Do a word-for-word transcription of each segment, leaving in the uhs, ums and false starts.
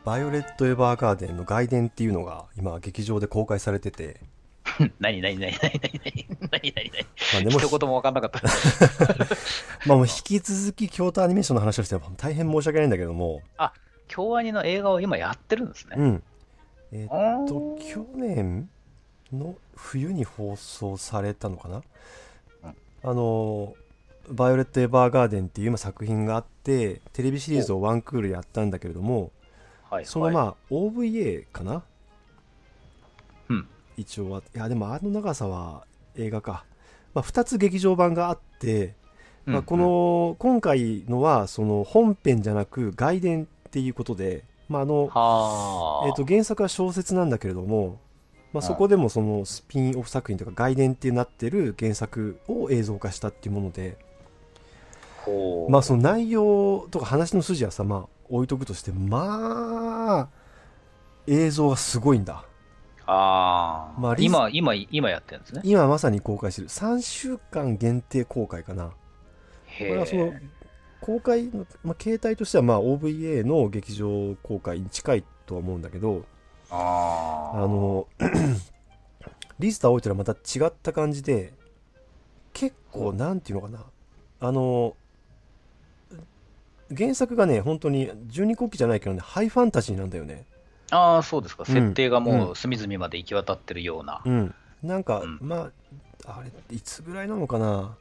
バイオレット・エヴァーガーデンの外伝っていうのが今劇場で公開されてて、 何何何何何何何何何まあでも一言も分かんなかった。 まあもう引き続き京都アニメーションの話をして大変申し訳ないんだけども、 あ、京アニの映画を今やってるんですね。 うん。えーっあと、 ー去年の冬に放送されたのかな。 うんあの、バイオレット・エヴァーガーデンっていう今作品があって、テレビシリーズをワンクールやったんだけれども、 はいはい。 そのまあ オーブイエー かなうん。 一応は。いやでもあの長さは映画か。まあ、ふたつ劇場版があって、まあ、こうんうん。 の今回のはその本編じゃなく外伝っていうことで、まああのえー、とは原作は小説なんだけれども、まあ、 あ。うん。 そこでもそのスピンオフ作品とか外伝ってなってる原作を映像化したっていうもので、まあそのほう。 内容とか話の筋はさ、まあ置いとくとして、まあ映像がすごいんだ。まああ。 あリズ今、今、今やってるんですね。 今まさに公開してるさんしゅうかん限定公開かな。 へこれはそのえ。 公開の、まあ、形態としてはまあ オーブイエー の劇場公開に近いとは思うんだけど、ああのリズと青いとはまた違った感じで、結あ。ほ構なんていうのかな、あの原作がね本当に十二国旗じゃないけどね、ハイファンタジーなんだよね。 う。ああ、そうですか。 うん設定がうんもう隅々まで行き渡ってるような。 うん。なんかうん。 まああれいつぐらいなのかな、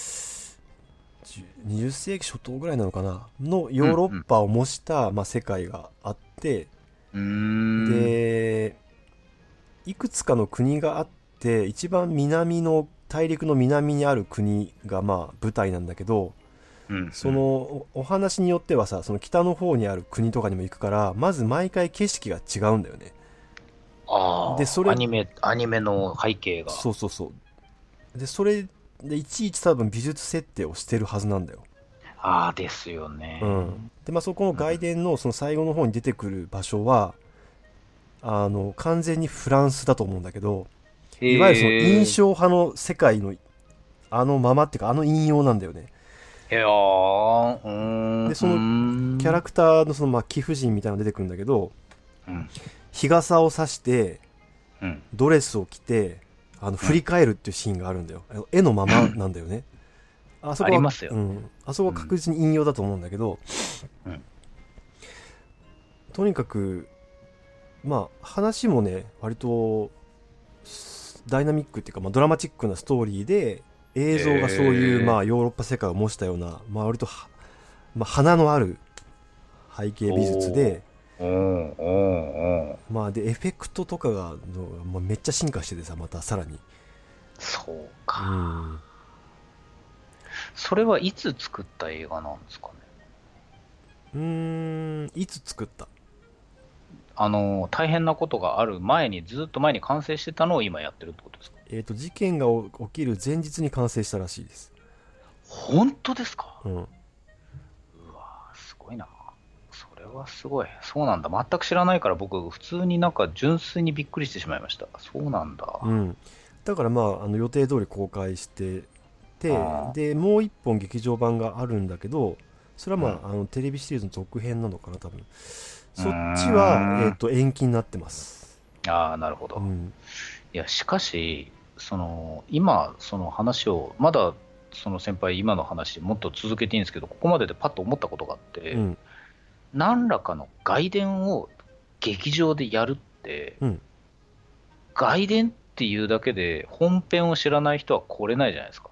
にじゅっ世紀初頭ぐらいなのかなのヨーロッうん。 パを模した、まあ、世界があって、 うん。うーん。 でいくつかの国があって、一番南の大陸の南にある国がまあ舞台なんだけど、 うん。うそのん。 おお話によってはさ、その北の方にある国とかにも行くから、まず毎回景色が違うんだよね。でそああ、アれニメ、アニメの背景が。 そうそうそうでそれでいちいち多分美術設定をしてるはずなんだよ。 ああ、ですようんね。 でまあそこのうん。 外伝のその最後の方に出てくる場所は、あの完全にフランスだと思うんだけど、いわゆるそのへえ。 印象派の世界のあのままっていうか、あの引用なんだよね。 へやー、うーん、うーでそのキャラん。 クターのそのまあ貴婦人みたいなのが出てくるんだけど、 うん、 日傘を差してうん。 ドレスを着て、あのうん。 振り返るっていうシーンがあるんだよ。絵のままなんだよね。あそあこは、 りますよ。 うん、あそこはうん、 確実に引用だと思うんだけど、 うん。 とにかくまあ話もね割とダイナミックっていうか、まあ、ドラマチックなストーリーで、映像がそういうへえ。 まあヨーロッパ世界を模したような、まあ割とは、まあ、花のある背景美術おー、 で、 おー、おー、おー。 まあでエフェクトとかがの、まあ、めっちゃ進化しててさ、またさらに、 そううか。 んそれはいつ作った映画なんですかね。 うーんいつ作った。 あの、大変なことがある前に、ずっと前に完成してたのを今やってるってことですか？ えっ、と事件が起きる前日に完成したらしいです。 本当ですか？ うんうわー、すごいな。それはすごい。そうなんだ。全く知らないから僕、普通になんか純粋にびっくりしてしまいました。そうなんだ。 うんだからまああの予定通り公開してて、 あでもう一本劇場版があるんだけど、それはあ、うん。 まああのテレビシリーズの続編なのかな多分。 うーそっちは、えー、 ん。 と延期になってます。 ああ、なるほど。 うんいや、しかし、その、今、その話を、まだ、その先輩、今の話、もっと続けていいんですけど、ここまででパッと思ったことがあって、 うん何らかの外伝を劇場でやるって、 うん外伝っていうだけで本編を知らない人は来れないじゃないですか。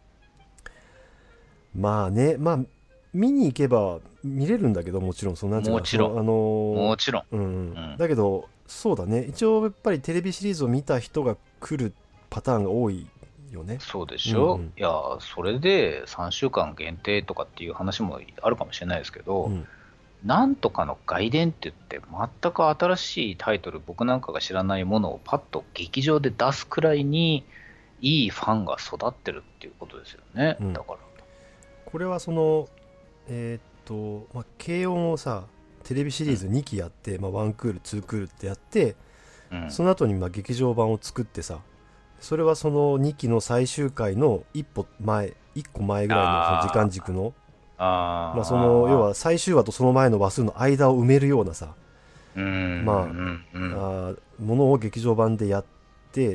まあね、まあ見に行けば見れるんだけど、もちろんそのなんていうもちろん。 かそのあのもちろん。 ーうんうん。 だけどそうだね、一応やっぱりテレビシリーズを見た人が来るパターンが多いよね。 そうでうんうんしょ。いや、それでさんしゅうかん限定とかっていう話もあるかもしれないですけど、 うんなんとかの外伝って言って全く新しいタイトル、僕なんかが知らないものをパッと劇場で出すくらいにいいファンが育ってるっていうことですよね。 うんだから。 これはそのえーっと、まあ、軽音をさテレビシリーズうん。 にきやって、まあ、ワンクールツークールってやって、 うん。 その後にまあ劇場版を作ってさ、それはそのにきの最終回の一歩前いっこまえぐらいのその時間あ軸の、 あ、 まあ、その要ああ、 は最終話とその前の話数の間を埋めるようなさ、 うん。 まうんうん。 あ、あものを劇場版でやって、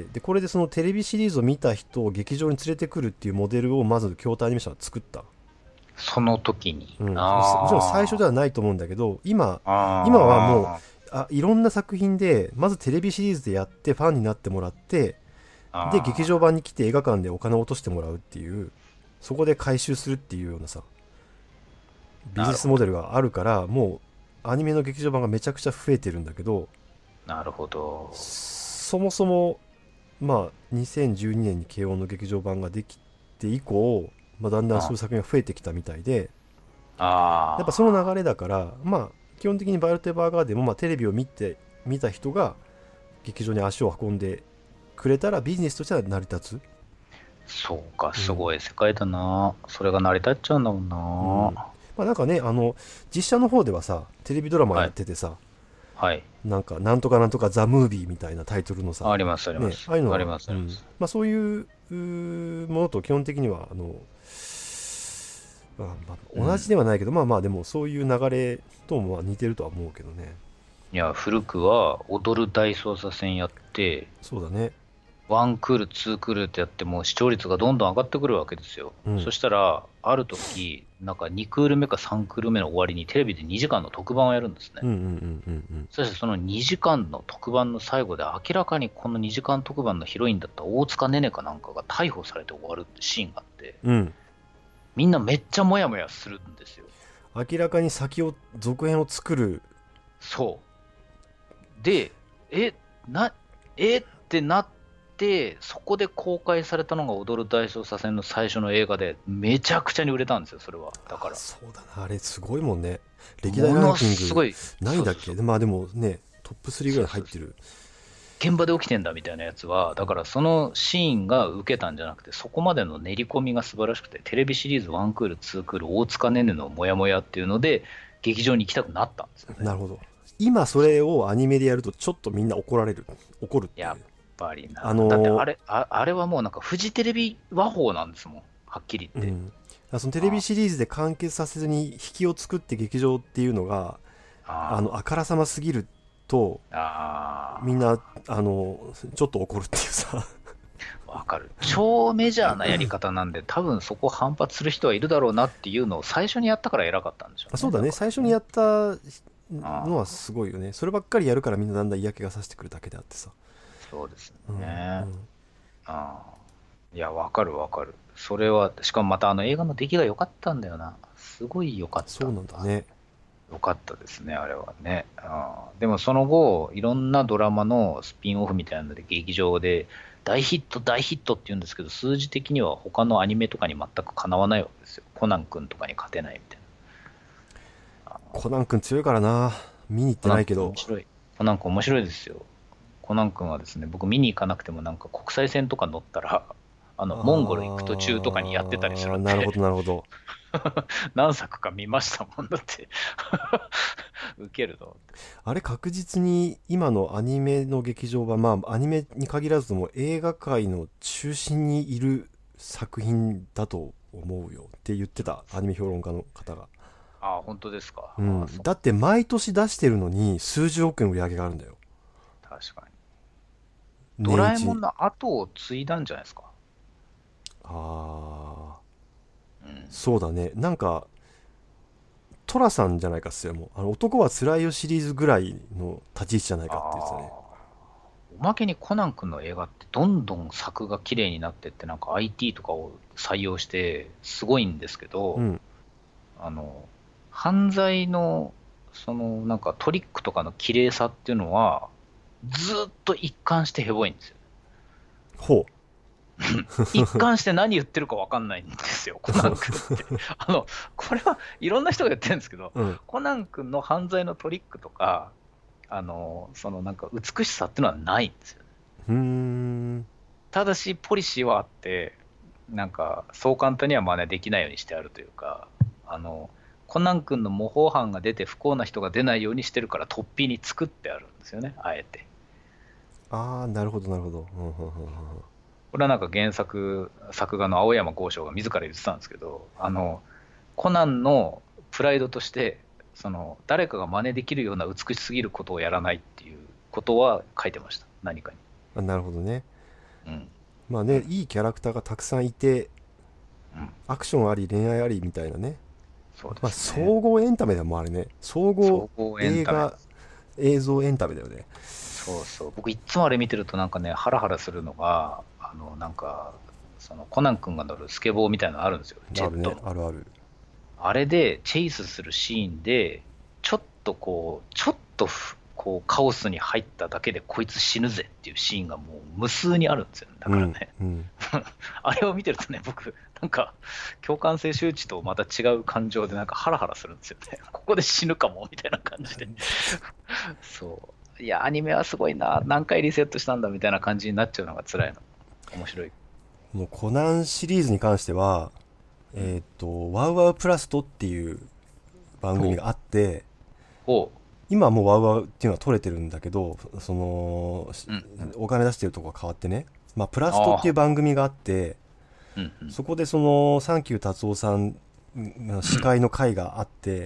でこれでそのテレビシリーズを見た人を劇場に連れてくるっていうモデルをまず京都アニメーションは作った。 その時に。 うん、もちろん最初であはないと思うんだけど、今あ。 今はもう、 ああ。 あいろんな作品でまずテレビシリーズでやってファンになってもらって、で劇場あ版に来て映画館でお金を落としてもらうっていう、そこで回収するっていうようなさあ。 ビジネスなるほど。 モデルがあるから、もうアニメの劇場版がめちゃくちゃ増えてるんだけど、 なるほど。 そもそもまあにせんじゅうにねんに慶応の劇場版ができて以降、まあ、だんだんそういう作品が増えてきたみたいで、やっぱそのあ流れだから、まあ基本的にバイオテバーガーデンも、まあ、テレビを見て見た人が劇場に足を運んでくれたらビジネスとしては成り立つ。 あ。そうか、 うん、 すごい世界だな。それが成り立っちゃうんだもんうん、 な。 まあなんかね、あの実写の方ではさテレビドラマやっはい。 ててさ、 はい。 なんかなんとかなんとかザ・ムービーみたいなタイトルのさ、 あります、ありまね、 す。 ああいうのは、 あります、 うん、 あります。 まあ、そういううーものと基本的にはあの、まあまあ、同じうん。 ではないけど、まあまあでもそういう流れともまあ似てるとは思うけどね。 いや、古くは踊る大捜査線やって、 そうだね。 ワンクール、ツークールってやっても視聴率がどんどん上がってくるわけですよ。 うん、 そしたら、ある時、なんかにクール目かさんクール目の終わりにテレビでにじかんの特番をやるんですね。 うんうんうんうんそしてそのにじかんの特番の最後で明らかにこのにじかん特番のヒロインだった大塚ねねかなんかが逮捕されて終わるってシーンがあって、 うん。うん。 みんなめっちゃモヤモヤするんですよ。 明らかに先を続編を作る。 そう。で、え、な、えってなって、そこで公開されたのが踊る大捜査線の最初の映画で、めちゃくちゃに売れたんですよ、それは。だあ、 から。 そうだな、あれすごいもんね。歴代ランものキングすごい、 何位だっけ。 そうそうそう。 でまあでもね、トップスリーぐらいそうそうそう。 に入ってる。 現場で起きてんだみたいなやつは、だからそのシーンが受けたんじゃなくて、そこまでの練り込みが素晴らしくて、テレビシリーズワンクール、ツークール、大塚ねねのモヤモヤっていうので、劇場に行きたくなったんですよね。 なるほど。今そそう。 れをアニメでやるとちょっとみんな怒られる。怒るっていやっう。 ぱりあな。だってあのれ、あ、あれはもうなんかフジテレビ和法なんですもん。はっきり言って。 うん。そのテレビあシリーズで完結させずに引きを作って劇場っていうのが、あの、 あ、 あからさますぎると、みんあな、あの、ちょっと怒るっていうさ。 あ、わかる。超メジャーなやり方なんで、多分そこ反発する人はいるだろうなっていうのを最初にやったから偉かったんでしょうね。 そうだね。 だからね。 最初にやったのはああ、 すごいよね。そればっかりやるからみんなだんだん嫌気がさしてくるだけであってさ。 そうですうん。うね。 ん。 ああ。いや、わかるわかる。それは、しかもまたあの映画の出来が良かったんだよな。すごい良かっそうた。 なんだね。 良かったですね、あれはね。あーでもその後、いろんなドラマのスピンオフみたいなので劇場で大ヒット、大ヒットって言うんですけど、数字的には他のアニメとかに全くかなわないわけですよ。コナン君とかに勝てないみたいな。あコナン君強いからな。見に行ってコナンないけど。 君面白い。コナン君面白いですよ。コナン君はですね、僕見に行かなくてもなんか国際線とか乗ったら、あの、モンゴル行く途中とかにやってたりすあー、 るんで、 なるほどなるほど。 何作か見ましたもんだって。ウケると思って。 あれ確実に今のアニメの劇場版、まあアニメに限らずとも映画界の中心にいる作品だと思うよって言ってたアニメ評論家の方が。 ああ、本当ですか。ああ、 うん。 そう。 だって毎年出してるのに数十億円売り上げがあるんだよ。 確かに。ド年一。 ラえもんの後を継いだんじゃないですか。 ああ、 うん。 そうだね。なんか、トラさんじゃないかっすよ。もう、あの、男は辛いよシリーズぐらいの立ち位置じゃないあかって言ってたね。 あ。おまけにコナン君の映画ってどんどん作が綺麗になってって、なんか アイティー とかを採用してすごいんですけど、 うん。 あの、犯罪の、そのなんかトリックとかの綺麗さっていうのは、ずっと一貫してヘボいんですよ。 ほ一貫して何言ってるか分かんないんですよ、コナン君って。あの、これはいろんな人が言ってるんですけど、 う。うん。 コナン君の犯罪のトリックとか、あの、そのなんか美しさっていうのはないんですよ。 うーん。 ただし、ポリシーはあって、なんか、そう簡単には真似できないようにしてあるというか、あの、コナン君の模倣犯が出て不幸な人が出ないようにしてるから突飛に作ってあるんですよね、あえて。 ああ、なるほど、なるほど。うんうんうんうん。 これはなんか原作、作画の青山剛昌が自ら言ってたんですけど、あの、コナンのプライドとして、 その誰かが真似できるような美しすぎることをやらないっていうことは書いてました、何かに。 あ、なるほどね。 うん。 まあね、いいキャラクターがたくさんいて、 うん。 アクションあり恋愛ありみたいなね。 そうまあですね。 総合エンタメでもあるね。総合総合エンタメ。 映画映像エンタメだよね。 そうそう。僕いっつもあれ見てるとなんかね、ハラハラするのが、あの、なんか、そのコナン君が乗るスケボーみたいなのあるんですよ。ジェあるね、 ットの。 あるある。 あれでチェイスするシーンで、ちょっとこう、ちょっとふこうカオスに入っただけでこいつ死ぬぜっていうシーンがもう無数にあるんですよね。だからね。 うんうん、 あれを見てるとね、僕、なんか、共感性周知とまた違う感情でなんかハラハラするんですよね。ここで死ぬかもみたいな感じで。そう。いや、アニメはすごいな。何回リセットしたんだみたいな感じになっちゃうのが辛いの。面白い。 もうコナンシリーズに関しては、えっ、と、ワウワウプラストっていう番組があって、 ほ今はもうワウワウっていうのは取れてるんだけど、その、 う。うんうん。 お金出してるとこが変わってね、まあ、プラストっていう番組があって、 うんうん。 そこでその、サンキュー達夫さんの司会の回があって、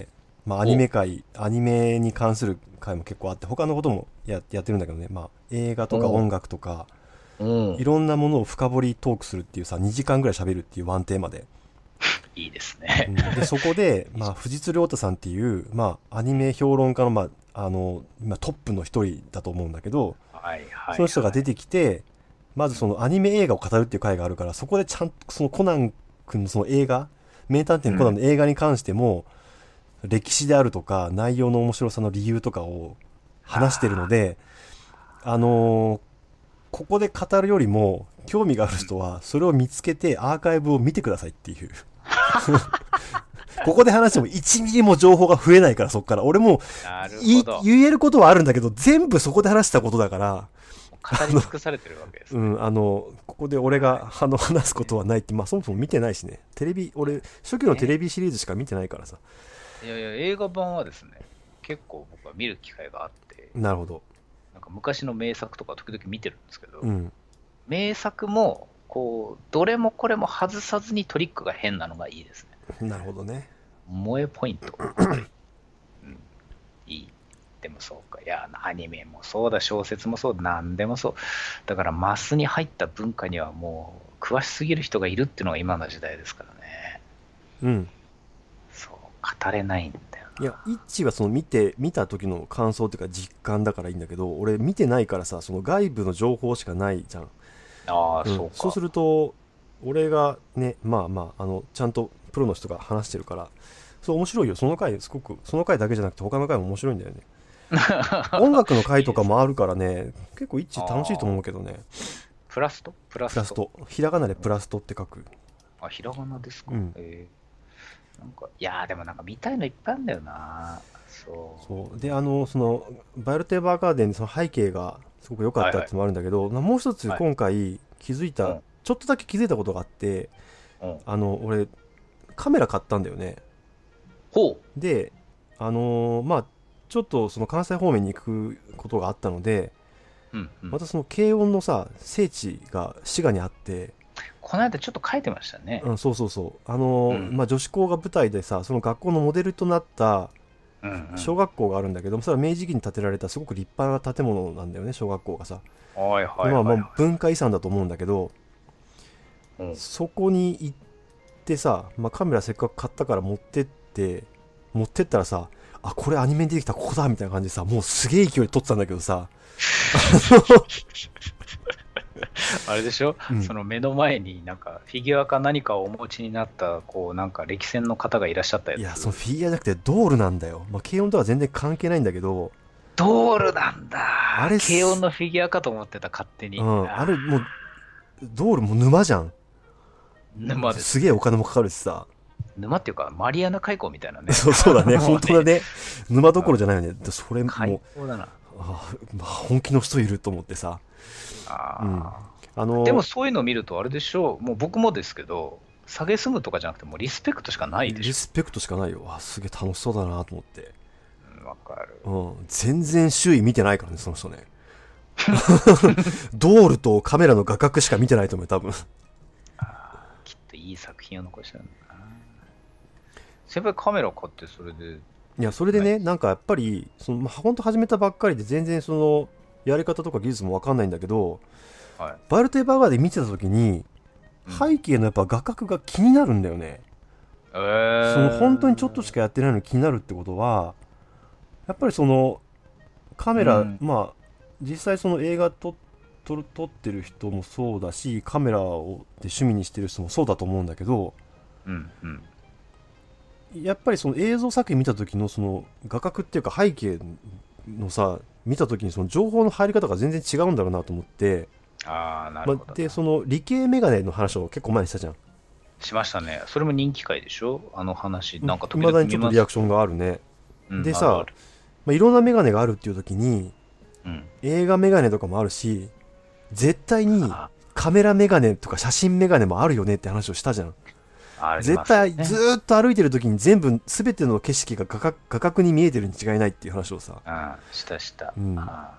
まあ、アニメ界、アニメに関する回も結構あって、他のこともや、やってるんだけどね、まあ、映画とか音楽とか、 うん。 いろんなものを深掘りトークするっていうさ、にじかんぐらい喋るっていうワンテーマで。 いいですね。 で、そこで、まあ、藤津亮太さんっていう、まあ、アニメ評論家の、まあ、あの、今トップの一人だと思うんだけど、 はいはい、はい。 その人が出てきて、まずそのアニメ映画を語るっていう回があるから、そこでちゃんとそのコナン君のその映画、名探偵のコナンの映画に関しても、歴史であるとか、内容の面白さの理由とかを話してるので、あのーここで語るよりも、興味がある人は、それを見つけてアーカイブを見てくださいっていう。ここで話してもいちミリも情報が増えないから、そっから。俺もなるいほど。 言えることはあるんだけど、全部そこで話したことだから、 語り尽くされてるわけですね。 うん、あの、ここで俺があの話すことはないって、まあそもそも見てないしね。テレビ、俺、初期のテレビシリーズしか見てないからさ。 いやいや、映画版はですね、結構僕は見る機会があって、 なるほど。 なんか昔の名作とか時々見てるんですけど、 うん。 名作も、こう、どれもこれも外さずにトリックが変なのがいいですね。 なるほどね。 萌えポイント。やっぱりうん、いい。でもそうか。いや、アニメもそうだ、小説もそうだ、なんでもそう。だからマスに入った文化にはもう、詳しすぎる人がいるっていうのが今の時代ですからね。 うん。 そう、語れないんだよいや、イッチはその見て、見た時の感想っていうか実感だからいいんだけど、俺見てないからさ、その外部の情報しかないじゃん。 な。ああ、 うん。 そうか。 そうすると、俺がね、まあまあ、あの、ちゃんとプロの人が話してるから、そう面白いよ。その回、すごく、その回だけじゃなくて他の回も面白いんだよね。音楽の回とかもあるからね、結構イッチ楽しいと思うけどね。 プラストプラストプラスト。ひらがなでプラストって書く。 あ、ひらがなですか、 うん。 えー、なんか、いやーでもなんか見たいのいっぱいあるんだよな。そそう。で、あの、その、バイオルテーバーガーデンでその背景がすごく良かったってのもあるんだけど、まあもう一つはい。 今回気づいた、 うん。 ちょっとだけ気づいたことがあって、 うん。 あの、俺、カメラ買ったんだよね。 ほで、あのーまあちょっとその関西方面に行くことがあったので、 う。うんうん。 またその軽音のさ、聖地が滋賀にあって、 この間ちょっと書いてましたね。 うん、そうそうそう。あのーうん。 まあ女子校が舞台でさ、その学校のモデルとなったうんうん。 小学校があるんだけども、それは明治期に建てられたすごく立派な建物なんだよね、小学校がさ。 はいはで、まあまあいはいは文化遺産だと思うんだけど、 い。うん。 そこに行ってさ、まあ、カメラせっかく買ったから持ってって、持ってったらさ、あ、これアニメに出てきたここだみたいな感じでさ、もうすげえ勢いで撮ってたんだけどさ、 あれでしょ、 うん、 その目の前になんかフィギュアか何かをお持ちになったこうなんか歴戦の方がいらっしゃったやいや、そのつ。 フィギュアじゃなくてドールなんだよ。まあ、軽音とは全然関係ないんだけど、 ドールなんあれだ。軽音のフィギュアかと思ってた、勝手に。 うん、ああれもう、ドールも沼じゃん。 ー沼ですね。 すげえお金もかかるしさ。 沼っていうか、マリアナ海溝みたいなね。 そうそうだね、 もう本当だね。沼どころじゃないよね。でそれも、 海溝だな。 あ、まあ、本気の人いると思ってさ。うん。 ああのーでもそういうのを見るとあれでしょう、もう僕もですけど、下げすむとかじゃなくてもうリスペクトしかないでしリスペクトしかないよ。あ、すげえ楽しそうだなと思って。 ょ。うん、わかる。 うん。全然周囲見てないからね、その人ね。ドールとカメラの画角しか見てないと思う、多分。 あーきっといい作品を残してるんだな。先輩カメラ買ってそれでいやそれでね、なんかやっぱりその、まあ、ほんと始めたばっかりで全然そのやり方とか技術も分かんないんだけど、 はい、 バルテバガーで見てた時にうん背景のやっぱ画角が気になるんだよね、 えー、 その本当にちょっとしかやってないのに気になるってことはやっぱりそのカメラ、 うん、 まあ実際その映画撮撮る撮ってる人もそうだしカメラをで趣味にしてる人もそうだと思うんだけど、 うんうんやっぱりその映像作品見た時のその画角っていうか背景のさ見た時にその情報の入り方が全然違うんだろうなと思って、 ああなるほど、 まあ、でその理系メガネの話を結構前にしたじゃん。 しましたね。それも人気回でしょあの話。なんかいまだにちょ時々見ます。 っとリアクションがあるね、 うん、 でさ、 あるあるまあ、いろんなメガネがあるっていう時にうん、 映画メガネとかもあるし絶対にあカメラメガネとか写真メガネもあるよねって話をしたじゃん。 あり絶ますよね、 対ずーっと歩いてる時に全部全ての景色が画角、画角に見えてるに違いないっていう話をさ、 あしたした、 うん、 あ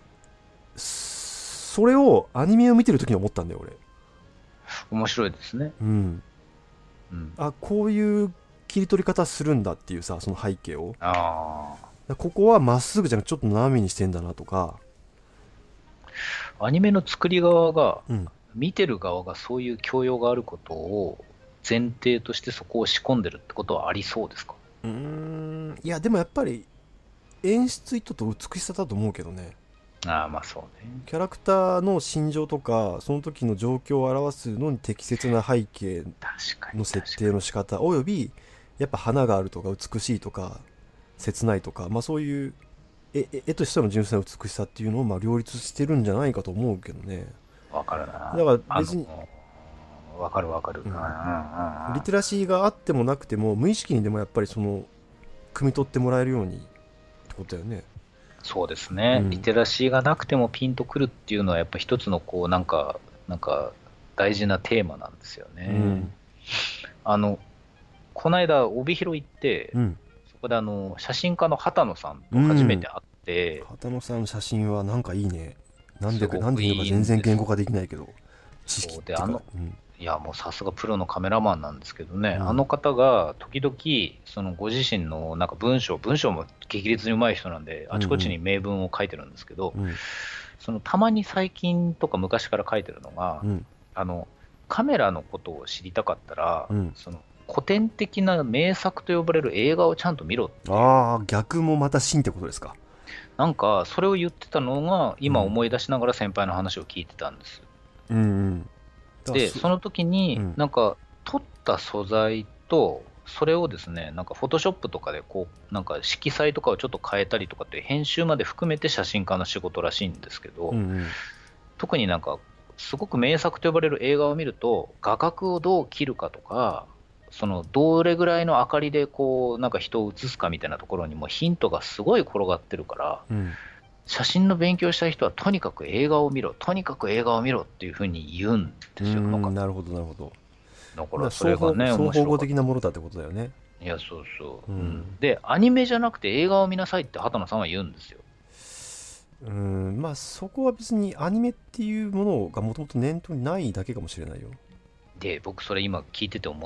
それをアニメを見てる時に思ったんだよ俺。 面白いですね、 うんうん、 あこういう切り取り方するんだっていうさその背景をあここはまっすぐじゃなくちょっと斜めにしてんだなとか、 アニメの作り側が、 うん、 見てる側がそういう教養があることを前提としてそこを仕込んでるってことはありそうですか？ うーんいやでもやっぱり演出意図と美しさだと思うけどね。 ああまあそうね。 キャラクターの心情とかその時の状況を表すのに適切な背景確かにの設定の仕方およびやっぱ花があるとか美しいとか切ないとか、まあ、そういう絵絵としての純粋な美しさっていうのをまあ両立してるんじゃないかと思うけどね。 わかるな。 だから別にわかるわかる、うんうんうんうん、 リテラシーがあってもなくても無意識にでもやっぱりその汲み取ってもらえるようにってことだよね。 そうですね、 うんリテラシーがなくてもピンとくるっていうのはやっぱ一つのこうなんかなんか大事なテーマなんですよね、 うん、 あのこの間帯広行って、 うん、 そこであの写真家の畑野さんと初めて会って、 畑野さんの写真はなんかいいね。なんでかなんでいいのかすごくいいんです全然言語化できないけど知識っていうか、 そうであのうん、 いやもうさすがプロのカメラマンなんですけどね、 うんあの方が時々そのご自身のなんか文章文章も激烈に上手い人なんであちこちに名文を書いてるんですけど、 うん、 そのたまに最近とか昔から書いてるのが、 うん、 あのカメラのことを知りたかったら、 うん、 その古典的な名作と呼ばれる映画をちゃんと見ろっていう、 ああ逆もまた真ってことですか。 なんかそれを言ってたのが今うん思い出しながら先輩の話を聞いてたんです。 うんうんでその時に、 うんなんか撮った素材とそれをですねなんかフォトショップとかでこうなんか色彩とかをちょっと変えたりとかっていう編集まで含めて写真家の仕事らしいんですけど、 うんうん特になんかすごく名作と呼ばれる映画を見ると画角をどう切るかとかそのどれぐらいの明かりでこうなんか人を映すかみたいなところにもヒントがすごい転がってるから、 うん写真の勉強したい人はとにかく映画を見ろとにかく映画を見ろっていうふうに言うんですよ。 うなんかんなるほどなるほど。 だからそれがね双方双方向面白かっ的なものだってことだよね。 た。いやそうそう、 うんうんでアニメじゃなくて映画を見なさいって畑野さんは言うんですよ。 うんまあそこは別にアニメっていうものがもともと念頭にないだけかもしれないよ。 で僕それ今聞いてて思って、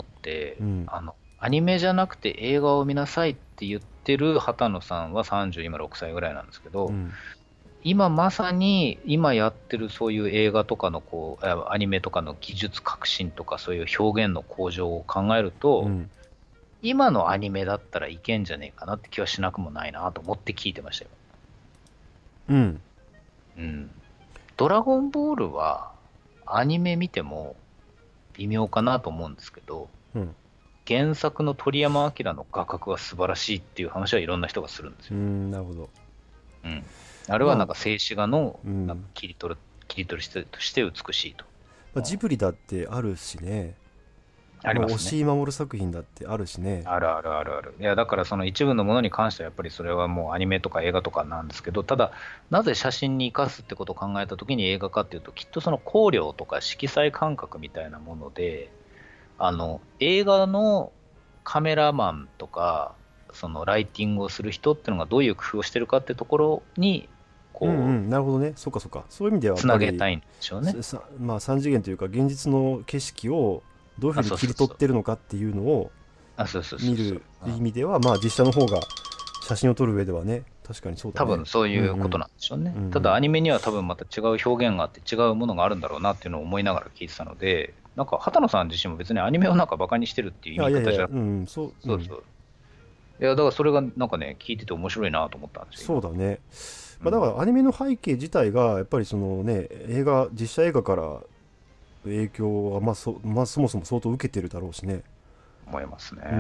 うん、 あのアニメじゃなくて映画を見なさいって言ってる畑野さんはさんじゅう今ろくさいぐらいなんですけど、 うん、 今まさに今やってるそういう映画とかのこうアニメとかの技術革新とかそういう表現の向上を考えると、 うん、 今のアニメだったらいけんじゃねえかなって気はしなくもないなと思って聞いてましたよ。 うん、 うん。ドラゴンボールはアニメ見ても微妙かなと思うんですけど、 うん、 原作の鳥山明の画角は素晴らしいっていう話はいろんな人がするんですよ。 うん、なるほど。 うん。あれはなんか静止画のうん、 なんか切り取る、切り取りとして美しいと。 まあ、ジブリだってあるしね。 ありますね。 押井守作品だってあるしね。 あるあるあるある。いや、だからその一部のものに関してはやっぱりそれはもうアニメとか映画とかなんですけど、ただ、なぜ写真に生かすってことを考えたときに映画かっていうと、きっとその光量とか色彩感覚みたいなもので、あの、映画のカメラマンとか、そのライティングをする人っていうのがどういう工夫をしてるかってところに、こう、 うんうん、なるほどね。そっかそっか。そういう意味ではつなげたいんでしょうね。 まあさん次元というか現実の景色をどういうふうに切り取ってるのかっていうのを見る意味ではまあ実写の方が写真を撮る上ではね、確かにそうだね。 多分そういうことなんでしょうね。 うんうんただアニメには多分また違う表現があって違うものがあるんだろうなっていうのを思いながら聞いてたので、なんか畑野さん自身も別にアニメをなんかバカにしてるっていういやいやいや、 言い方じゃ、 うん、そう、 そうそう。いや、だからそれがなんかね、聞いてて面白いなと思ったんですよ。 そうだね。まあ、だからアニメの背景自体がやっぱりそのね、映画、実写映画から影響はまあそ、まあ、そもそも相当受けてるだろうしね。 思いますね。 うん。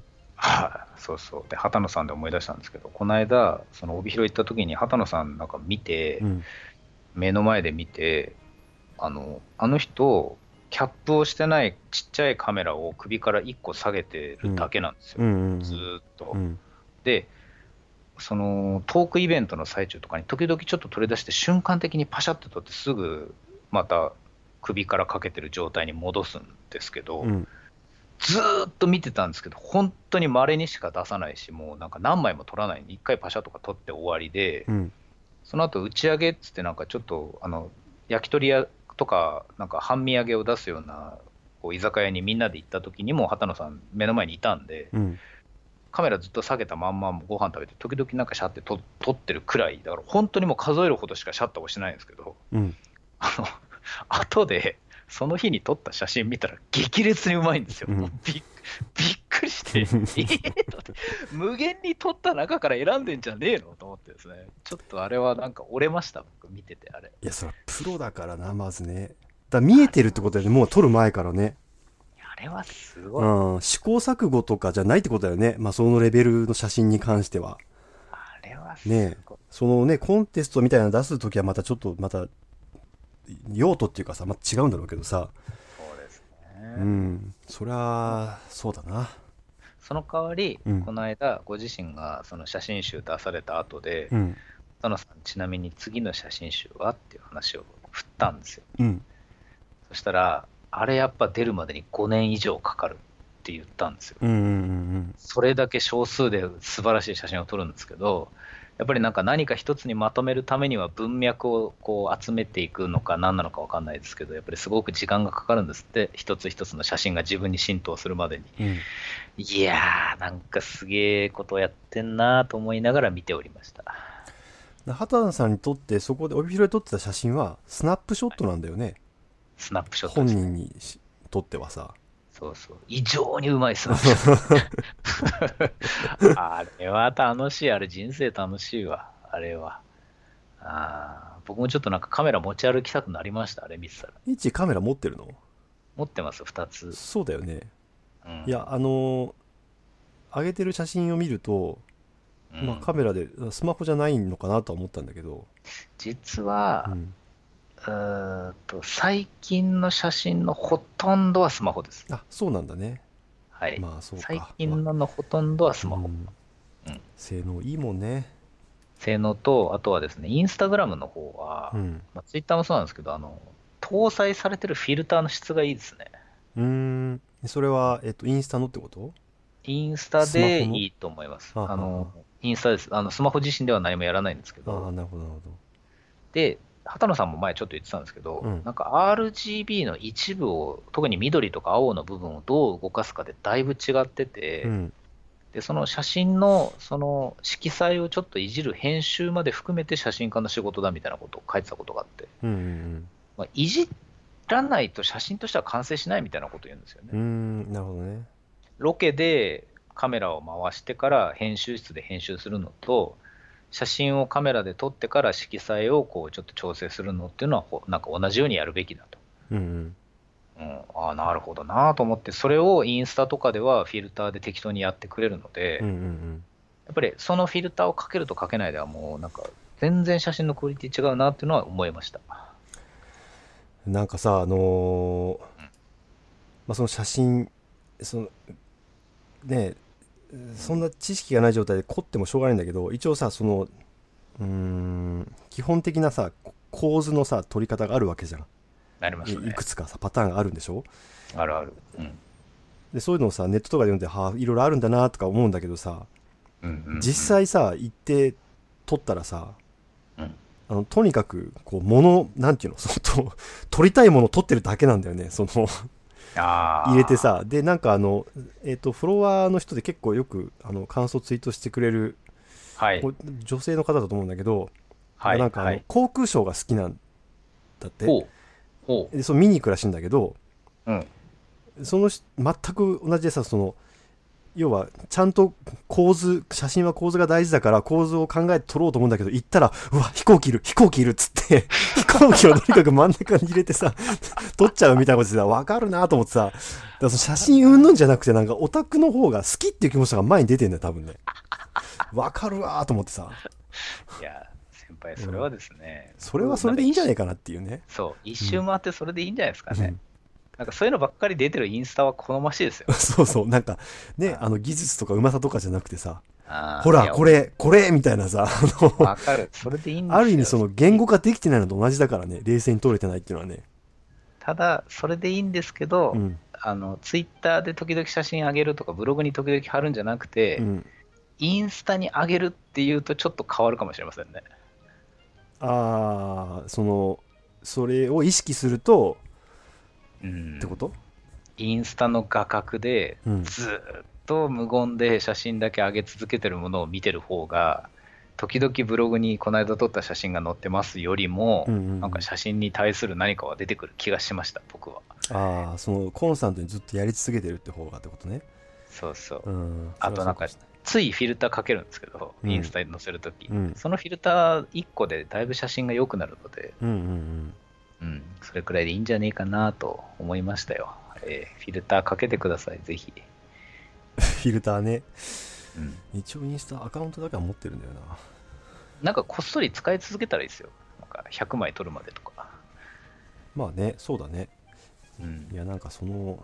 はい、そうそう。で、畑野さんで思い出したんですけど、この間、その帯広行った時に畑野さんなんか見て、 うん。 目の前で見て、あの、あの人、キャップをしてないちっちゃいカメラを首からいっこ下げてるだけなんですよ。 うんうんうんずーっと。 うんで、そのトークイベントの最中とかに時々ちょっと取り出して瞬間的にパシャッと撮ってすぐまた首からかけてる状態に戻すんですけど、 うんずーっと見てたんですけど、本当に稀にしか出さないし、もうなんか何枚も撮らないにいっかいパシャとか撮って終わりで、 うんその後打ち上げっつってなんかちょっとあの焼き鳥屋とかなんか半身揚げを出すようなこう居酒屋にみんなで行った時にも畑野さん目の前にいたんで、 うんカメラずっと下げたまんまご飯食べて時々なんかシャって撮撮ってるくらいだから、本当にもう数えるほどしかシャッターをしてないんですけど、 うんあの後でその日に撮った写真見たら激烈にうまいんですよ。 うんもうびっびっくりして、えー、だって無限に撮った中から選んでんじゃねえのと思ってですね、ちょっとあれはなんか折れました、僕見てて。あれいや、それはプロだからな、まずね。だから見えてるってことだよね、もう撮る前からね。 あれはすうごい。 ん、試行錯誤とかじゃないってことだよね。まあ、そのレベルの写真に関しては。 あれはすねごい。 そのね、コンテストみたいなの出すときはまたちょっと、また、用途っていうかさ、また違うんだろうけどさ。 そうですね。 うん、そりゃ、そうだな。 その代わり、 うんこの間、ご自身がその写真集出された後で、 うん、 佐野さん、ちなみに次の写真集はっていう話を振ったんですよ。 うん、 そしたら、あれやっぱ出るまでにごねん以上かかるって言ったんですよ。 うん、うん、うんそれだけ少数で素晴らしい写真を撮るんですけど、やっぱりなんか何か一つにまとめるためには文脈をこう集めていくのか何なのか分かんないですけど、やっぱりすごく時間がかかるんですって、一つ一つの写真が自分に浸透するまでに。 うん。 いやー、なんかすげえことをやってんなと思いながら見ておりました。 畑野さんにとってそこで帯広で撮ってた写真はスナップショットなんだよね。 スナップショット本ですね。 人にしとってはさ。 そうそう。異常にうまいスナップショット。あれは楽しい。あれ人生楽しいわ。あれは。あー僕もちょっとなんかカメラ持ち歩きたくなりました。あれ見てたら。 いちカメラ持ってるの？ 持ってます、ふたつ。 そうだよね。 うん、 いや、あのー上げてる写真を見ると、 うんまあカメラで、スマホじゃないのかなとは思ったんだけど。 実は、 うん。 うーんと最近の写真のほとんどはスマホです。 あ、そうなんだね。 はい。 まあそうか。 最近ののほとんどはスマホ。 うんうん性能いいもんね。 性能と、あとはですね、インスタグラムの方は、 うん。 まあ、ツイッターもそうなんですけど、あの、搭載されてるフィルターの質がいいですね。 うーん。それは、えっと、インスタのってこと？ インスタスマホのでいいと思います。 はあはああの、インスタです。あの、スマホ自身では何もやらないんですけああ、 ど、 なるほど、なるほど。 で、畑野さんも前ちょっと言ってたんですけど、 うんなんか アールジービー の一部を、特に緑とか青の部分をどう動かすかでだいぶ違ってて、 うん。 で、その写真の、その色彩をちょっといじる編集まで含めて写真家の仕事だみたいなことを書いてたことがあって、 うんうんまあ、いじらないと写真としては完成しないみたいなことを言うんですよね。 うん。うーん、なるほどね。 ロケでカメラを回してから編集室で編集するのと、写真をカメラで撮ってから色彩をこうちょっと調整するのっていうのはほなんか同じようにやるべきだと。 うんうん。 うん、ああ、なるほどなと思って、それをインスタとかではフィルターで適当にやってくれるので、 うんうんやっぱりそのフィルターをかけるとかけないではもうなんか全然写真のクオリティ違うなっていうのは思いました。 うん。なんかさ、あのーまあ、その写真、その、ね、そんな知識がない状態で凝ってもしょうがないんだけど、一応さ、その、うーん、基本的なさ、構図のさ、撮り方があるわけじゃん。 なりますね。 いいくつかさ、パターンがあるんでしょ？ あるある。うん。 で、そういうのをさ、ネットとかで読んで、はあ、いろいろあるんだなとか思うんだけどさ、 うんうんうん、 実際さ、行って撮ったらさ、 うんあの、とにかく、こう、もの、なんていうの、その、撮りたいものを撮ってるだけなんだよね、その、 あ入れてさ。で、なんかあの、えっと、フォロワーの人で結構よく、あの、感想ツイートしてくれるはい。 これ女性の方だと思うんだけど、 はい。 なんかあのはい。 航空ショーが好きなんだって。 ほう。ほでその見に行くらしいんだけど、 う。うん。 そのし全く同じでさ、その要はちゃんと構図、写真は構図が大事だから構図を考えて撮ろうと思うんだけど、行ったらうわ飛行機いる飛行機いるっつって飛行機をとにかく真ん中に入れてさ撮っちゃうみたいなことでさ、分かるなと思ってさ、だからその写真うんぬんじゃなくて、なんかオタクの方が好きっていう気持ちが前に出てんだよ多分ね。分かるわと思ってさ、 いや、先輩、 うん、 それはですね、 それは僕、 それでいいんじゃななんか一周、 いかなっていうね。 そう、一うん、 周回ってそれでいいんじゃないですかね。 うん、 なんかそういうのばっかり出てるインスタは好ましいですよ。 そうそう、なんかね、ああの技術とかうまさとかじゃなくてさ、ほあー、いや、 らこれこれみたいなさ、あのわかる。それでいいんですよ。 ある意味その言語化できてないのと同じだからね、冷静に取れてないっていうのはね。 ただ、それでいいんですけど、 うん。 あの、ツイッターで時々写真上げるとか、ブログに時々貼るんじゃなくて、 うん。 インスタに上げるっていうとちょっと変わるかもしれませんね。 ああ、その、それを意識すると、 うん。 ってこと？ インスタの画角でうん。 ずーっと無言で写真だけ上げ続けてるものを見てる方が、時々ブログにこの間撮った写真が載ってますよりも、 うんうんうなんかん。 写真に対する何かは出てくる気がしました、僕は。 ああ、その、コンスタントにずっとやり続けてるって方がってことね。 そうそう。 うん。それはあとなんか、 そうかもしれない。 ついフィルターかけるんですけど、 うん。 インスタに載せるとき。 うん。 そのフィルターいっこでだいぶ写真が良くなるので、 うんうんうん。 うん、それくらいでいいんじゃねえかなと思いましたよ。えーフィルターかけてください、ぜひ。 フィルターね。 うん。 一応インスタアカウントだけは持ってるんだよな。 なんかこっそり使い続けたらいいですよ。なんかひゃくまい撮るまでとか。 まあね、そうだね。 うん。 いや、なんかその、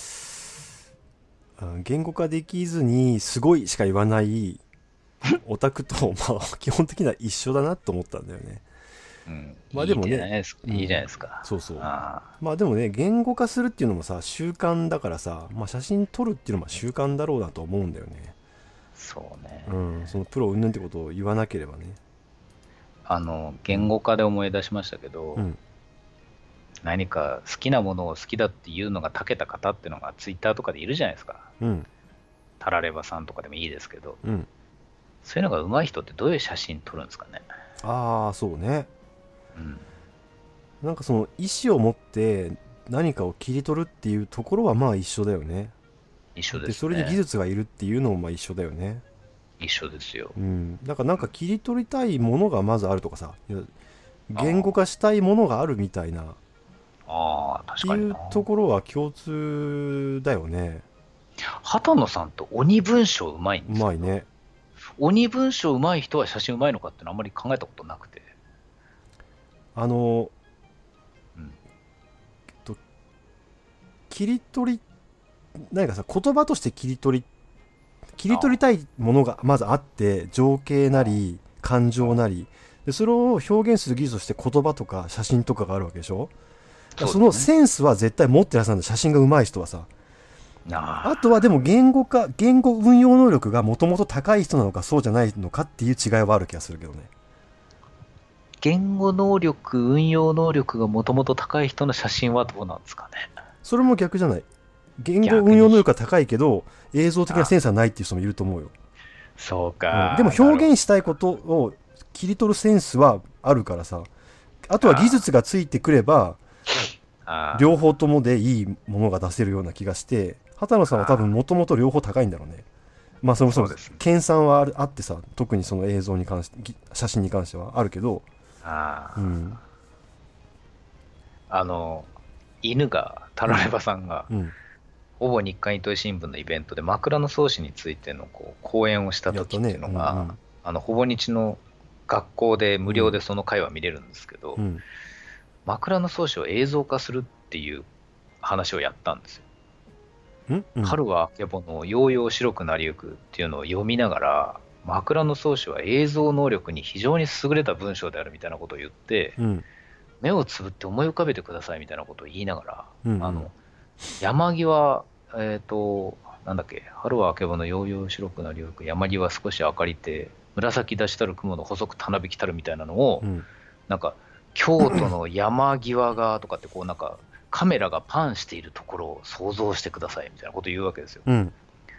うん、言語化できずにすごいしか言わないオタクと、まあ、基本的には一緒だなと思ったんだよね。 うん。いいまあでもね、 じゃないですか。いいじゃうん、 ないですか。 そうそう。 ああ、 まあでもね、言語化するっていうのもさ、習慣だからさ、まあ写真撮るっていうのも習慣だろうなと思うんだよね。 そううね。 ん、そのプロ云々ってことを言わなければね。 あの、 うん、 言語化で思い出しましたけど、 うん、 何か好きなものを好きだっていうのが長けた方っていうのがツイッターとかでいるじゃないですか。 うん、 タラレバさんとかでもいいですけど、 うん。 そういうのが上手い人ってどういう写真撮るんですかね。 ああ、そうね。 うん。 なんかその意思を持って何かを切り取るっていうところはまあ一緒だよね。 一緒でで、それに技すね。 術がいるっていうのもまあ一緒だよね。 一緒ですよ。 うん。だからなんか切り取りたいものがまずあるとかさ、いや言語あ化したいものがあるみたいなっあ、ああ、確ていかにな。 うところは共通だよね。 畑野さんと鬼文章うまいんうですけど、 まいね。 鬼文章うまい人は写真うまいのかってのはあんまり考えたことなくて。 あの、 うん。 えっと、切り取り、何かさ、言葉として切り取り、切り取りあたいものがまずあって、情景あ、あなり、感あ、ああ、 情なり、でそれを表現する技術として言葉とか写真とかがあるわけでしょ。だからそのそうですね。 センスは絶対持ってらっしゃるんだ、写真が上手い人はさ。あとはであも言語化、言語運用能力がもともと高い人なのかそうじゃないのかっていう違いはある気がするけどね。 言語能力、運用能力がもともと高い人の写真はどうなんですかね。 それも逆じゃない。言語運逆に。 用能力が高いけど、映像的なセあ、 ンスはないっていう人もいると思うよ。 そううん、でもか。なるほど。 表現したいことを切り取るセンスはあるからさ。あとは技あ術がついてくれば、 あ、 両方ともでいいものが出せるような気がして、畑野さんは多分ああ、 もともと両方高いんだろうね。まあそもそも、 そうですね。 研鑽はあるあってさ、特にその映像に関して、ぎ写真に関してはあるけど、うあん、 あ、あの、犬が、タラレうん、 バさんが、 うん。 ほぼ日刊糸井新聞のイベントで枕草子についてのこう講演をした時っていうやったね。うん、うのが、 ん、 あの、ほぼ日の学校で無料うん、 でその会話見れるんですけど、 うん、 枕草子を映像化するっていう話をやったんですよ。 うん、うん。 春はあけぼの、ようよう白くなりゆくっていうのを読みながら、枕草子は映像能力に非常に優れた文章であるみたいなことを言って、 うん、 目をつぶって思い浮かべてくださいみたいなことを言いながら、 うん、うん、 あの、山際、えっ、と、なんだっけ、春はあけぼの、ようよう白くなりゆく、山際少し明かりて、紫出したる雲の細くたなびきたるみたいなのを、 うん、 なんか、京都の山際がとかって、こうなんか、カメラがパンしているところを想像してくださいみたいなことを言うわけですよ。 うん、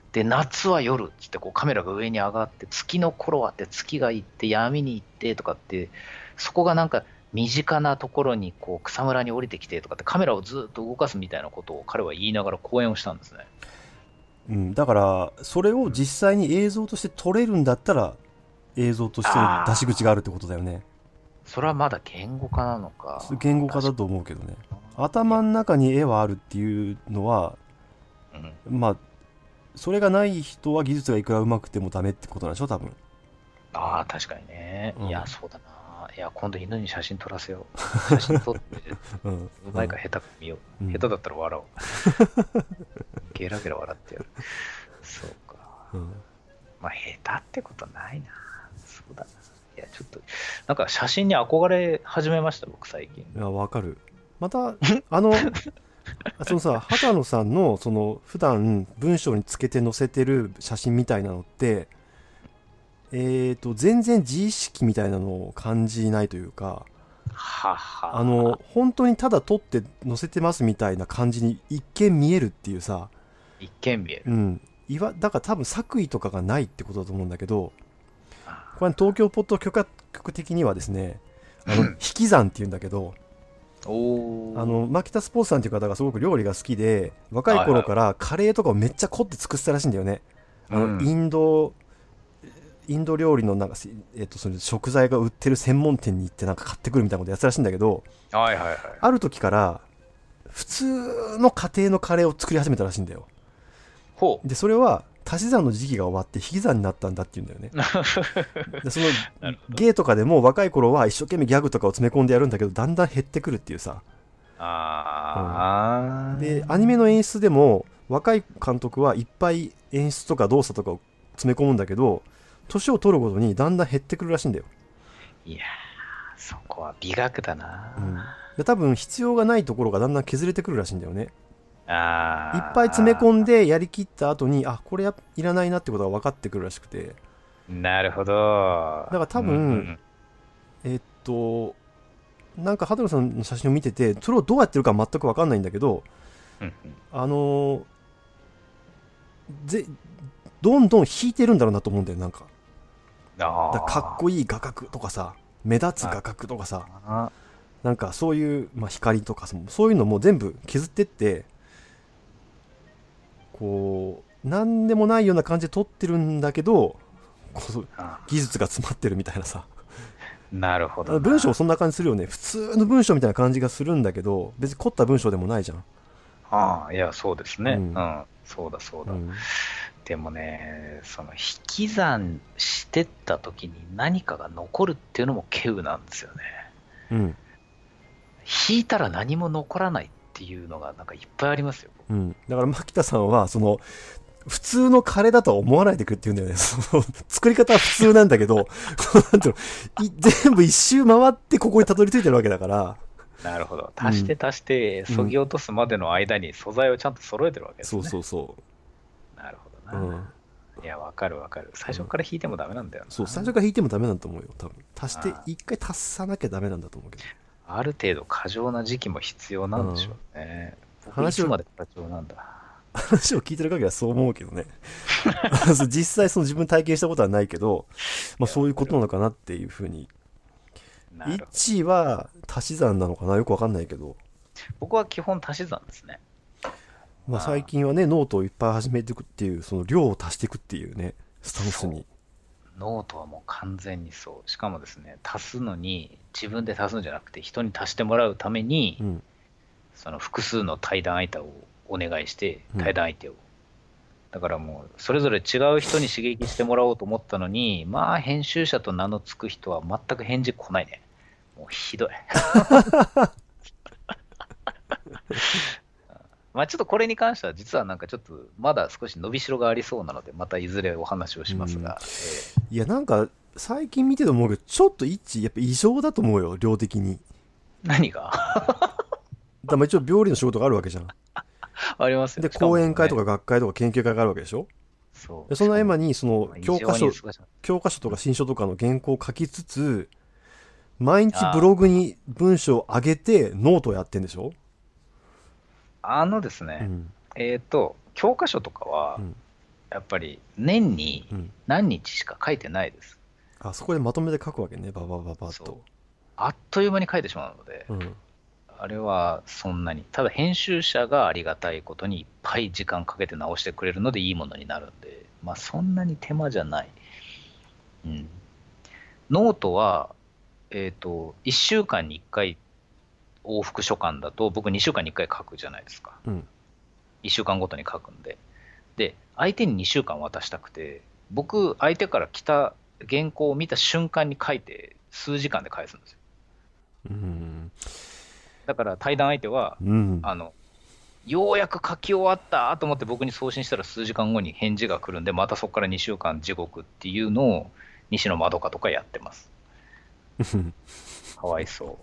で、夏は夜っつってこうカメラが上に上がって、月の頃はって月が行って闇に行ってとかって、そこがなんか身近なところにこう草むらに降りてきてとかってカメラをずっと動かすみたいなことを彼は言いながら講演をしたんですね。 うん、だからそれを実際に映像として撮れるんだったら映像としての出し口があるってことだよね。 それはまだ言語化なのか。 言語化だと思うけどね。頭の中に絵はあるっていうのは、うん、まあそれがない人は技術がいくら上手くてもダメってことなんでしょ多分。 ああ確かにね、うん、いやそうだな。いや今度犬に写真撮らせよう。写真撮ってうん、うまいか下手か見よう、うん、下手だったら笑おうゲラゲラ笑ってやる。そうか、うん、まあ下手ってことないな。そうだな。いやちょっとなんか写真に憧れ始めました僕最近。 いやわかる。またあのそのさ畑野さんのその普段文章につけて載せてる写真みたいなのってえーと全然自意識みたいなのを感じないというか、 ははあの本当にただ撮って載せてますみたいな感じに一見見えるっていうさ。 一見見える。 うん。いわだから多分作為とかがないってことだと思うんだけど、これ東京ポッド許可局的にはですね、あの引き算っていうんだけど、 おあの牧田スポーツさんっていう方がすごく料理が好きで若い頃からカレーとかをめっちゃ凝って作ってたらしいんだよね。あのインド、うん、インド料理のなんか、えっと、その食材が売ってる専門店に行ってなんか買ってくるみたいなことやってたらしいんだけど、 はいはいはい、 ある時から普通の家庭のカレーを作り始めたらしいんだよ。 ほう。 でそれは足し算の時期が終わって引き算になったんだっていうんだよね。でその芸とかでも若い頃は一生懸命ギャグとかを詰め込んでやるんだけどだんだん減ってくるっていうさ。 あ、 うん、でアニメの演出でも若い監督はいっぱい演出とか動作とかを詰め込むんだけど年を取るごとにだんだん減ってくるらしいんだよ。 いやーそこは美学だな、 うん、で多分必要がないところがだんだん削れてくるらしいんだよね。 あいっぱい詰め込んでやりきった後にあこれやいらないなってことが分かってくるらしくて。 なるほど。 だから多分、うん、えー、っとなんか羽鳥さんの写真を見ててそれをどうやってるか全く分かんないんだけど、 うん、 あのー、ぜどんどん引いてるんだろうなと思うんだよ。なんかあだかっこいい画角とかさ目立つ画角とかさなんかそういう、まあ、光とかそういうのも全部削ってってこうなんでもないような感じで撮ってるんだけどこう技術が詰まってるみたいなさ。 なるほど。 文章もそんな感じするよね。普通の文章みたいな感じがするんだけど別に凝った文章でもないじゃん。 ああいやそうですね、 うんうん、そうだそうだ、うん、でもねその引き算してった時に何かが残るっていうのも稀有なんですよね。 うん、 引いたら何も残らないっていうのがなんかいっぱいありますよ、 うん、だから牧田さんはその普通のカレーだとは思わないでくれって言うんだよね。その作り方は普通なんだけどなんていうの全部一周回ってここにたどり着いてるわけだから。 なるほど。足して足してそぎ落とすまでの間に素材をちゃんと揃えてるわけですね、 うん、そうそうそう。 なるほどな、うん、いやわかるわかる。最初から引いてもダメなんだよな、うん、 そう最初から引いてもダメなんだと思うよ多分。足して一回足さなきゃダメなんだと思うけどある程度過剰な時期も必要なんでしょうね、うん、僕いつまで過剰なんだ。 話を聞いてる限りはそう思うけどね実際その自分体験したことはないけど、まあ、そういうことなのかなっていうふうに。いちは足し算なのかなよくわかんないけど僕は基本足し算ですね。 まあ最近はねノートをいっぱい始めていくっていうその量を足していくっていうねスタンスに。 ノートはもう完全にそう。しかもですね足すのに自分で足すんじゃなくて人に足してもらうために、うん、その複数の対談相手をお願いして対談相手を、うん、だからもうそれぞれ違う人に刺激してもらおうと思ったのにまあ編集者と名の付く人は全く返事来ないね。もうひどいまあちょっとこれに関しては実はなんかちょっとまだ少し伸びしろがありそうなのでまたいずれお話をしますが、えー、いやなんか最近見てて思うけどちょっと一致やっぱ異常だと思うよ量的に。 何がだまあ一応病理の仕事があるわけじゃんありますよ。 で講演会とか学会とか研究会があるわけでしょ。そうでその合間にその教科書教科書とか新書とかの原稿を書きつつ毎日ブログに文章を上げてノートをやってんでしょ。 あのですね、うん、えっ、ー、と教科書とかは、うん、 やっぱり年にうん。 何日しか書いてないです。 あ、そこでまとめて書くわけね。ババババッそう。 と。 あっという間に書いてしまうので、 うん。 あれはそんなに。ただ編集者がありがたいことにいっぱい時間かけて直してくれるのでいいものになるんで、まあそんなに手間じゃない。うん。ノートは、えっと、いっしゅうかんにいっかい往復書簡だと、僕にしゅうかんにいっかい書くじゃないですか。 うん。 いっしゅうかんごとに書くんで。で、相手ににしゅうかん渡したくて、僕、相手から来た原稿を見た瞬間に書いて、数時間で返すんですよ。 うん。 だから対談相手は、 うん。 あの、ようやく書き終わったと思って僕に送信したら数時間後に返事が来るんで、またそこからにしゅうかん地獄っていうのを、西野まどかとかやってます。かわいそう。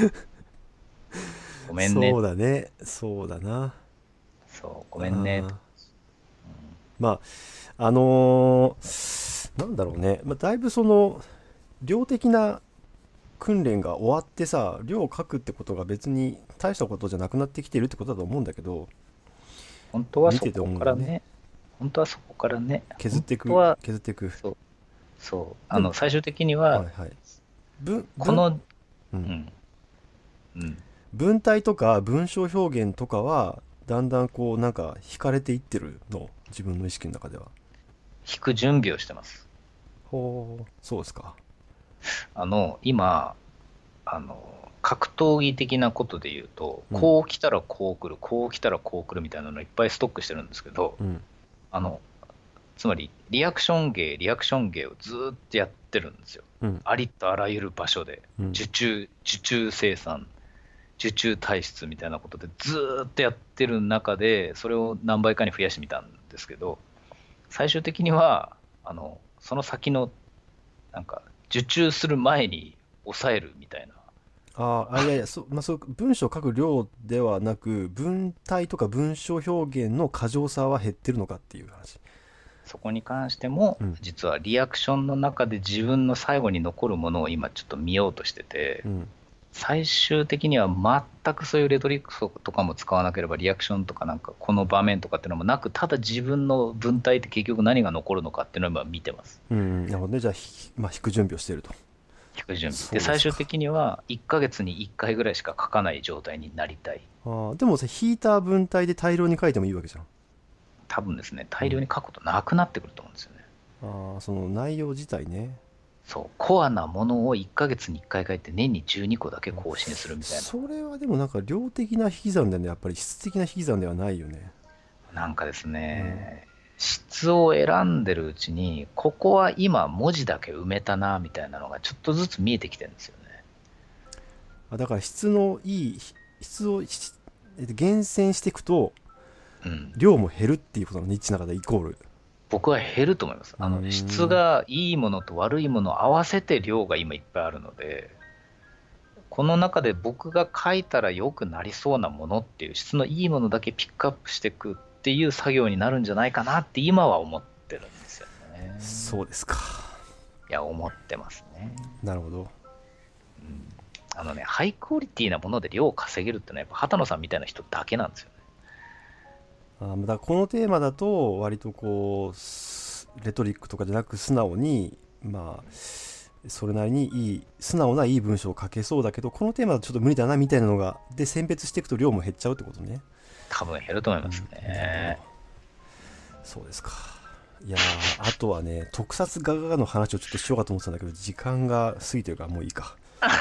ごめんね。 そうだね。そうだな。 そう、ごめんね。 あーまあ、あのーなんだろうね。まあ、だいぶその、量的な訓練が終わってさ、量を書くってことが別に大したことじゃなくなってきてるってことだと思うんだけど、 本当は見ててそこ思うんだよね。 からね、本当はそこからね、本削っていく、 当は、 削っていく。 そう、そう、あでも、 の、最終的には、 はいはい。文、文、 この、 うん。 うん、うん、 文体とか文章表現とかは、だんだんこう、なんか、惹かれていってるの。自分の意識の中では。 引く準備をしてます。 ほう、そうですか。 あの、今、あの、格闘技的なことで言うと、 うん、 こう来たらこう来る、こう来たらこう来るみたいなのいっぱいストックしてるんですけど、 うん、 あの、つまり、リアクション芸、リアクション芸をずーっとやってるんですよ。 うん、 ありとあらゆる場所で、 うん、 受注、受注生産、受注体質みたいなことでずーっとやってる中で、それを何倍かに増やしてみたんですけど、最終的には、あの、その先の、なんか、受注する前に抑えるみたいな。 あーあ、いやいや、そう、まあ、そう、文章を書く量ではなく、文体とか文章表現の過剰さは減ってるのかっていう話。 そこに関しても、 うん、 実はリアクションの中で自分の最後に残るものを今ちょっと見ようとしてて、 うん、 最終的には全くそういうレトリックとかも使わなければ、リアクションとかなんかこの場面とかっていうのもなく、ただ自分の文体って結局何が残るのかっていうのを今見てます。 うん、なるほどね。じゃあ、ひまあ、引く準備をしていると。 聞く準備。で、 そうですか。 最終的にはいっかげつにいっかいぐらいしか書かない状態になりたい。 あーでもさ、引いた文体で大量に書いてもいいわけじゃん。 多分ですね、 うん。 大量に書くことなくなってくると思うんですよね。 ああ、その内容自体ね。 そう、コアなものをいっかげつにいっかい書いて年にじゅうにこだけうん。 更新するみたいな。 それはでもなんか量的な引き算だよね。やっぱり質的な引き算ではないよね。 なんかですうん。 ね、質を選んでるうちに、ここは今文字だけ埋めたな、みたいなのがちょっとずつ見えてきてるんですよね。 あ、だから質のいい、質をしえっと厳選していくと、 うん。 量も減るっていうことのニッチな中でイコール。 僕は減ると思います。 うーあの、質ん。 がいいものと悪いものを合わせて量が今いっぱいあるので、この中で僕が書いたら良くなりそうなものっていう質のいいものだけピックアップしていくっていう作業になるんじゃないかなって今は思ってるんですよね。 そうですか。 いや、思ってますね。 なるほど。 うん、あのね、ハイクオリティなもので量を稼げるってのはやっぱ畑野さんみたいな人だけなんですよね。 あーだからこのテーマだと、割とこう、すレトリックとかじゃなく素直に、まあ、それなりにいい、素直ないい文章を書けそうだけど、このテーマだとちょっと無理だなみたいなのが、で、選別していくと量も減っちゃうってことね。 多分減ると思いますうん、なるほど。 ね。 そうですか。いやー、あとはね、特撮画ガの話をちょっとしようかと思ってたんだけど、時間が過ぎてるからもういいか。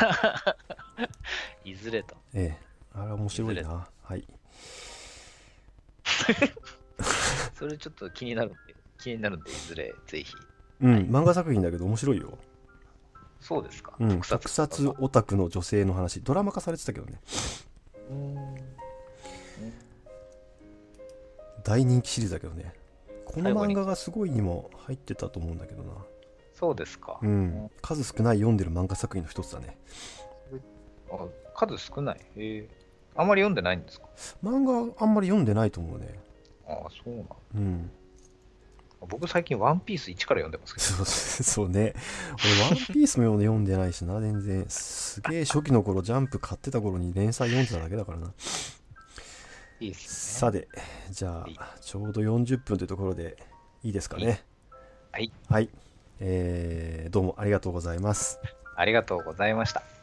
いずれと。 ええ。あれ面いずれ。 白いな。はい。 それちょっと気になるんで、気になるんで、いずれ、ぜひ。 うん、 はい。 漫画作品だけど面白いよ。 そうですか。 うん、 特特撮とかが。 撮オタクの女性の話、ドラマ化されてたけどね。 うーん。 大人気シリーズだけどね。この最後に、 漫画がすごいにも入ってたと思うんだけどな。 そうですか。 うん。 うん、 数少ない読んでる漫画作品の一つだね。 あ、数少ない。へえ。あんまり読んでないんですか？ 漫画あんまり読んでないと思うね。 ああ、そうなん。 うん。 僕最近ワンピースいちから読んでますけど。 そうそうね。俺、ワンピースも読んでないしな、全然。すげえ初期の頃、ジャンプ買ってた頃に連載読んでただけだからな。 いいですね。 さて、じゃはい。 あ、ちょうどよんじゅっぷんというところでいいですかはい。 ね。 はい。 はい。えー、どうもありがとうございます。 ありがとうございました。